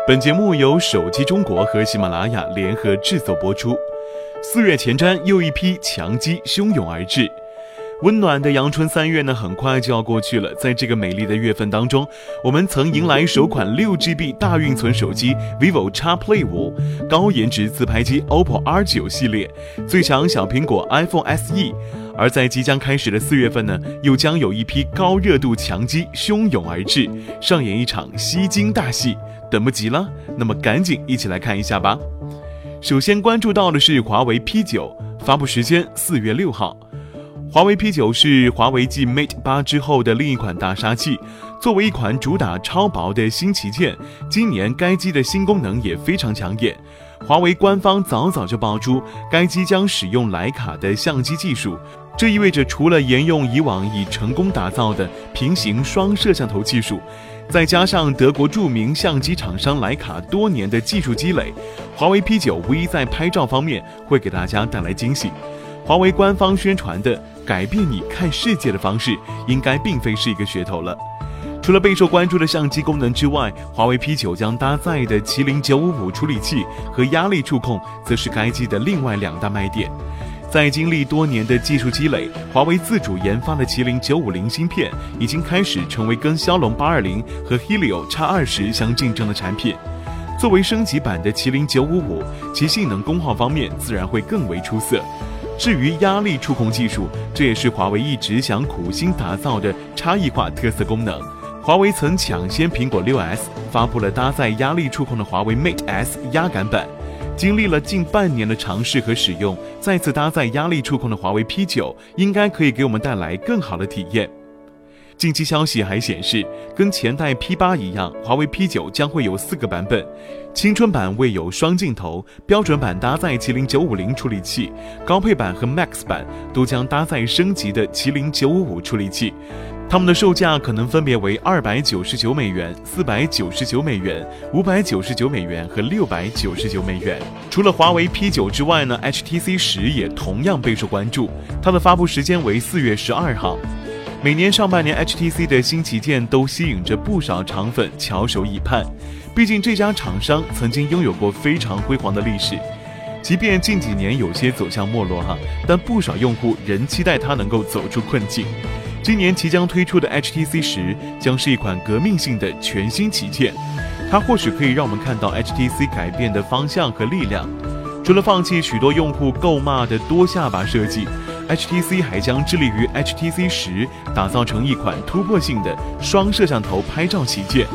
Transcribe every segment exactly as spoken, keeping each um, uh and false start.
本节目由手机中国和喜马拉雅联合制作播出。四月前瞻，又一批强机汹涌而至。温暖的阳春三月呢，很快就要过去了。在这个美丽的月份当中，我们曾迎来首款 六 G B 大运存手机 vivo X Play 五，高颜值自拍机 O P P O R 九 系列，最强小苹果 iPhone S E。而在即将开始的四月份呢，又将有一批高热度强机汹涌而至，上演一场吸金大戏，等不及了。那么赶紧一起来看一下吧。首先关注到的是华为 P 九，发布时间四月六号。华为 P 九是华为继 Mate 八之后的另一款大杀器，作为一款主打超薄的新旗舰，今年该机的新功能也非常抢眼。华为官方早早就爆出，该机将使用徕卡的相机技术，这意味着除了沿用以往已成功打造的平行双摄像头技术，再加上德国著名相机厂商徕卡多年的技术积累，华为 P 九 无疑在拍照方面会给大家带来惊喜。华为官方宣传的改变你看世界的方式，应该并非是一个噱头了。除了备受关注的相机功能之外，华为 P 九 将搭载的麒麟九五五处理器和压力触控，则是该机的另外两大卖点。在经历多年的技术积累，华为自主研发的麒麟九五零芯片已经开始成为跟骁龙八二零和 Helio X 二十相竞争的产品。作为升级版的麒麟九五五，其性能功耗方面自然会更为出色。至于压力触控技术，这也是华为一直想苦心打造的差异化特色功能。华为曾抢先苹果 六 S 发布了搭载压力触控的华为 Mate S 压感版，经历了近半年的尝试和使用，再次搭载压力触控的华为 P 九 应该可以给我们带来更好的体验。近期消息还显示，跟前代 P 八 一样，华为 P 九 将会有四个版本。青春版为有双镜头，标准版搭载麒麟九五零处理器，高配版和 Max 版都将搭载升级的麒麟九五五处理器。它们的售价可能分别为二百九十九美元、四百九十九美元、五百九十九美元和六百九十九美元。除了华为 P 九 之外呢 ，H T C 十也同样备受关注，它的发布时间为四月十二号。每年上半年 H T C 的新旗舰都吸引着不少肠粉翘首以盼，毕竟这家厂商曾经拥有过非常辉煌的历史。即便近几年有些走向没落哈，但不少用户仍期待它能够走出困境。今年即将推出的 H T C 十将是一款革命性的全新旗舰，它或许可以让我们看到 H T C 改变的方向和力量。除了放弃许多用户诟骂的多下巴设计， H T C 还将致力于 H T C 十打造成一款突破性的双摄像头拍照旗舰。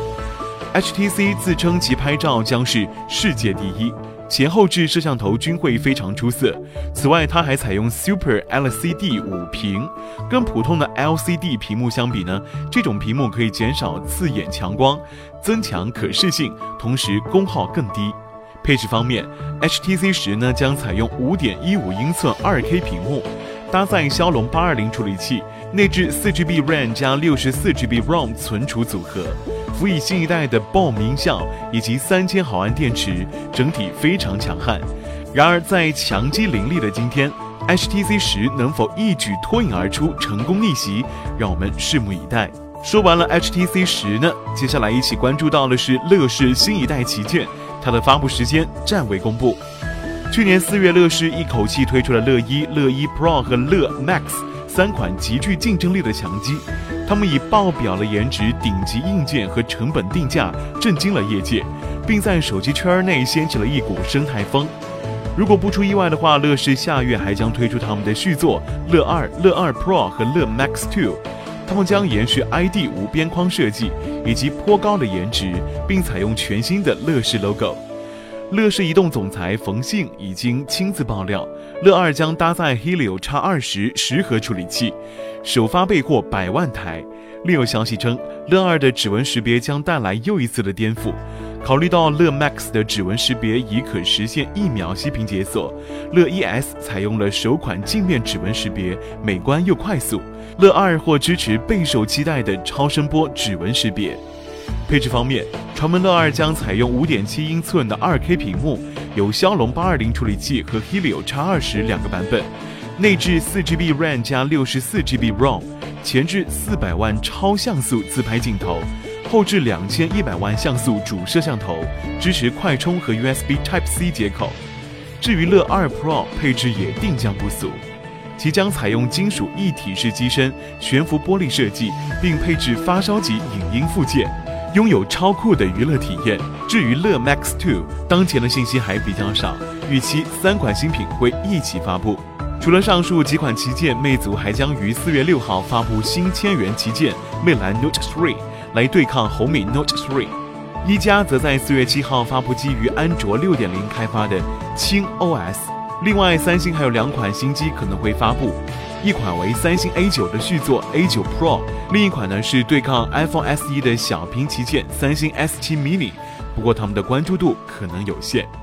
H T C 自称其拍照将是世界第一，前后置摄像头均会非常出色。此外，它还采用 Super L C D 五屏，跟普通的 L C D 屏幕相比呢，这种屏幕可以减少刺眼强光，增强可视性，同时功耗更低。配置方面 ，H T C 十呢将采用 五点一五英寸 二K 屏幕，搭载骁龙八二零处理器，内置 四 G B RAM 加 六十四 G B ROM 存储组合，辅以新一代的 B O M 音效以及三千毫安电池，整体非常强悍。然而，在强机林立的今天 ，H T C 十能否一举脱颖而出，成功逆袭，让我们拭目以待。说完了 H T C 十呢，接下来一起关注到的是乐视新一代旗舰，它的发布时间暂未公布。去年四月，乐视一口气推出了乐一、乐一 Pro 和乐 Max 三款极具竞争力的强机，它们以爆表的颜值、顶级硬件和成本定价震惊了业界，并在手机圈内掀起了一股生态风。如果不出意外的话，乐视下月还将推出他们的续作乐二、乐二 Pro 和乐 Max 二，他们将延续 I D 无边框设计以及颇高的颜值，并采用全新的乐视 logo。乐视移动总裁冯信已经亲自爆料，乐二将搭载 Helio X 二十十核处理器，首发备货百万台。另有消息称，乐二的指纹识别将带来又一次的颠覆。考虑到乐 Max 的指纹识别已可实现一秒息屏解锁，乐 E S 采用了首款镜面指纹识别，美观又快速。乐二或支持备受期待的超声波指纹识别。配置方面，传闻乐二将采用 五点七英寸的 二K 屏幕，有骁龙八二零处理器和 Helio X 二十两个版本，内置 四 G B RAM 加 六十四 G B ROM， 前置四百万超像素自拍镜头， 后置两千一百万像素主摄像头，支持快充和 U S B Type C 接口。至于乐二 Pro 配置也定将不俗，其将采用金属一体式机身、悬浮玻璃设计，并配置发烧级影音附件，拥有超酷的娱乐体验。至于乐 Max 二，当前的信息还比较少，预期三款新品会一起发布。除了上述几款旗舰，魅族还将于四月六号发布新千元旗舰魅蓝 Note 三，来对抗红米 Note 三。一加则在四月七号发布基于安卓 六点零 开发的轻 O S。另外，三星还有两款新机可能会发布，一款为三星 A 九 的续作 A 九 Pro， 另一款呢是对抗 iPhone S E 的小屏旗舰三星 S 七 mini， 不过他们的关注度可能有限。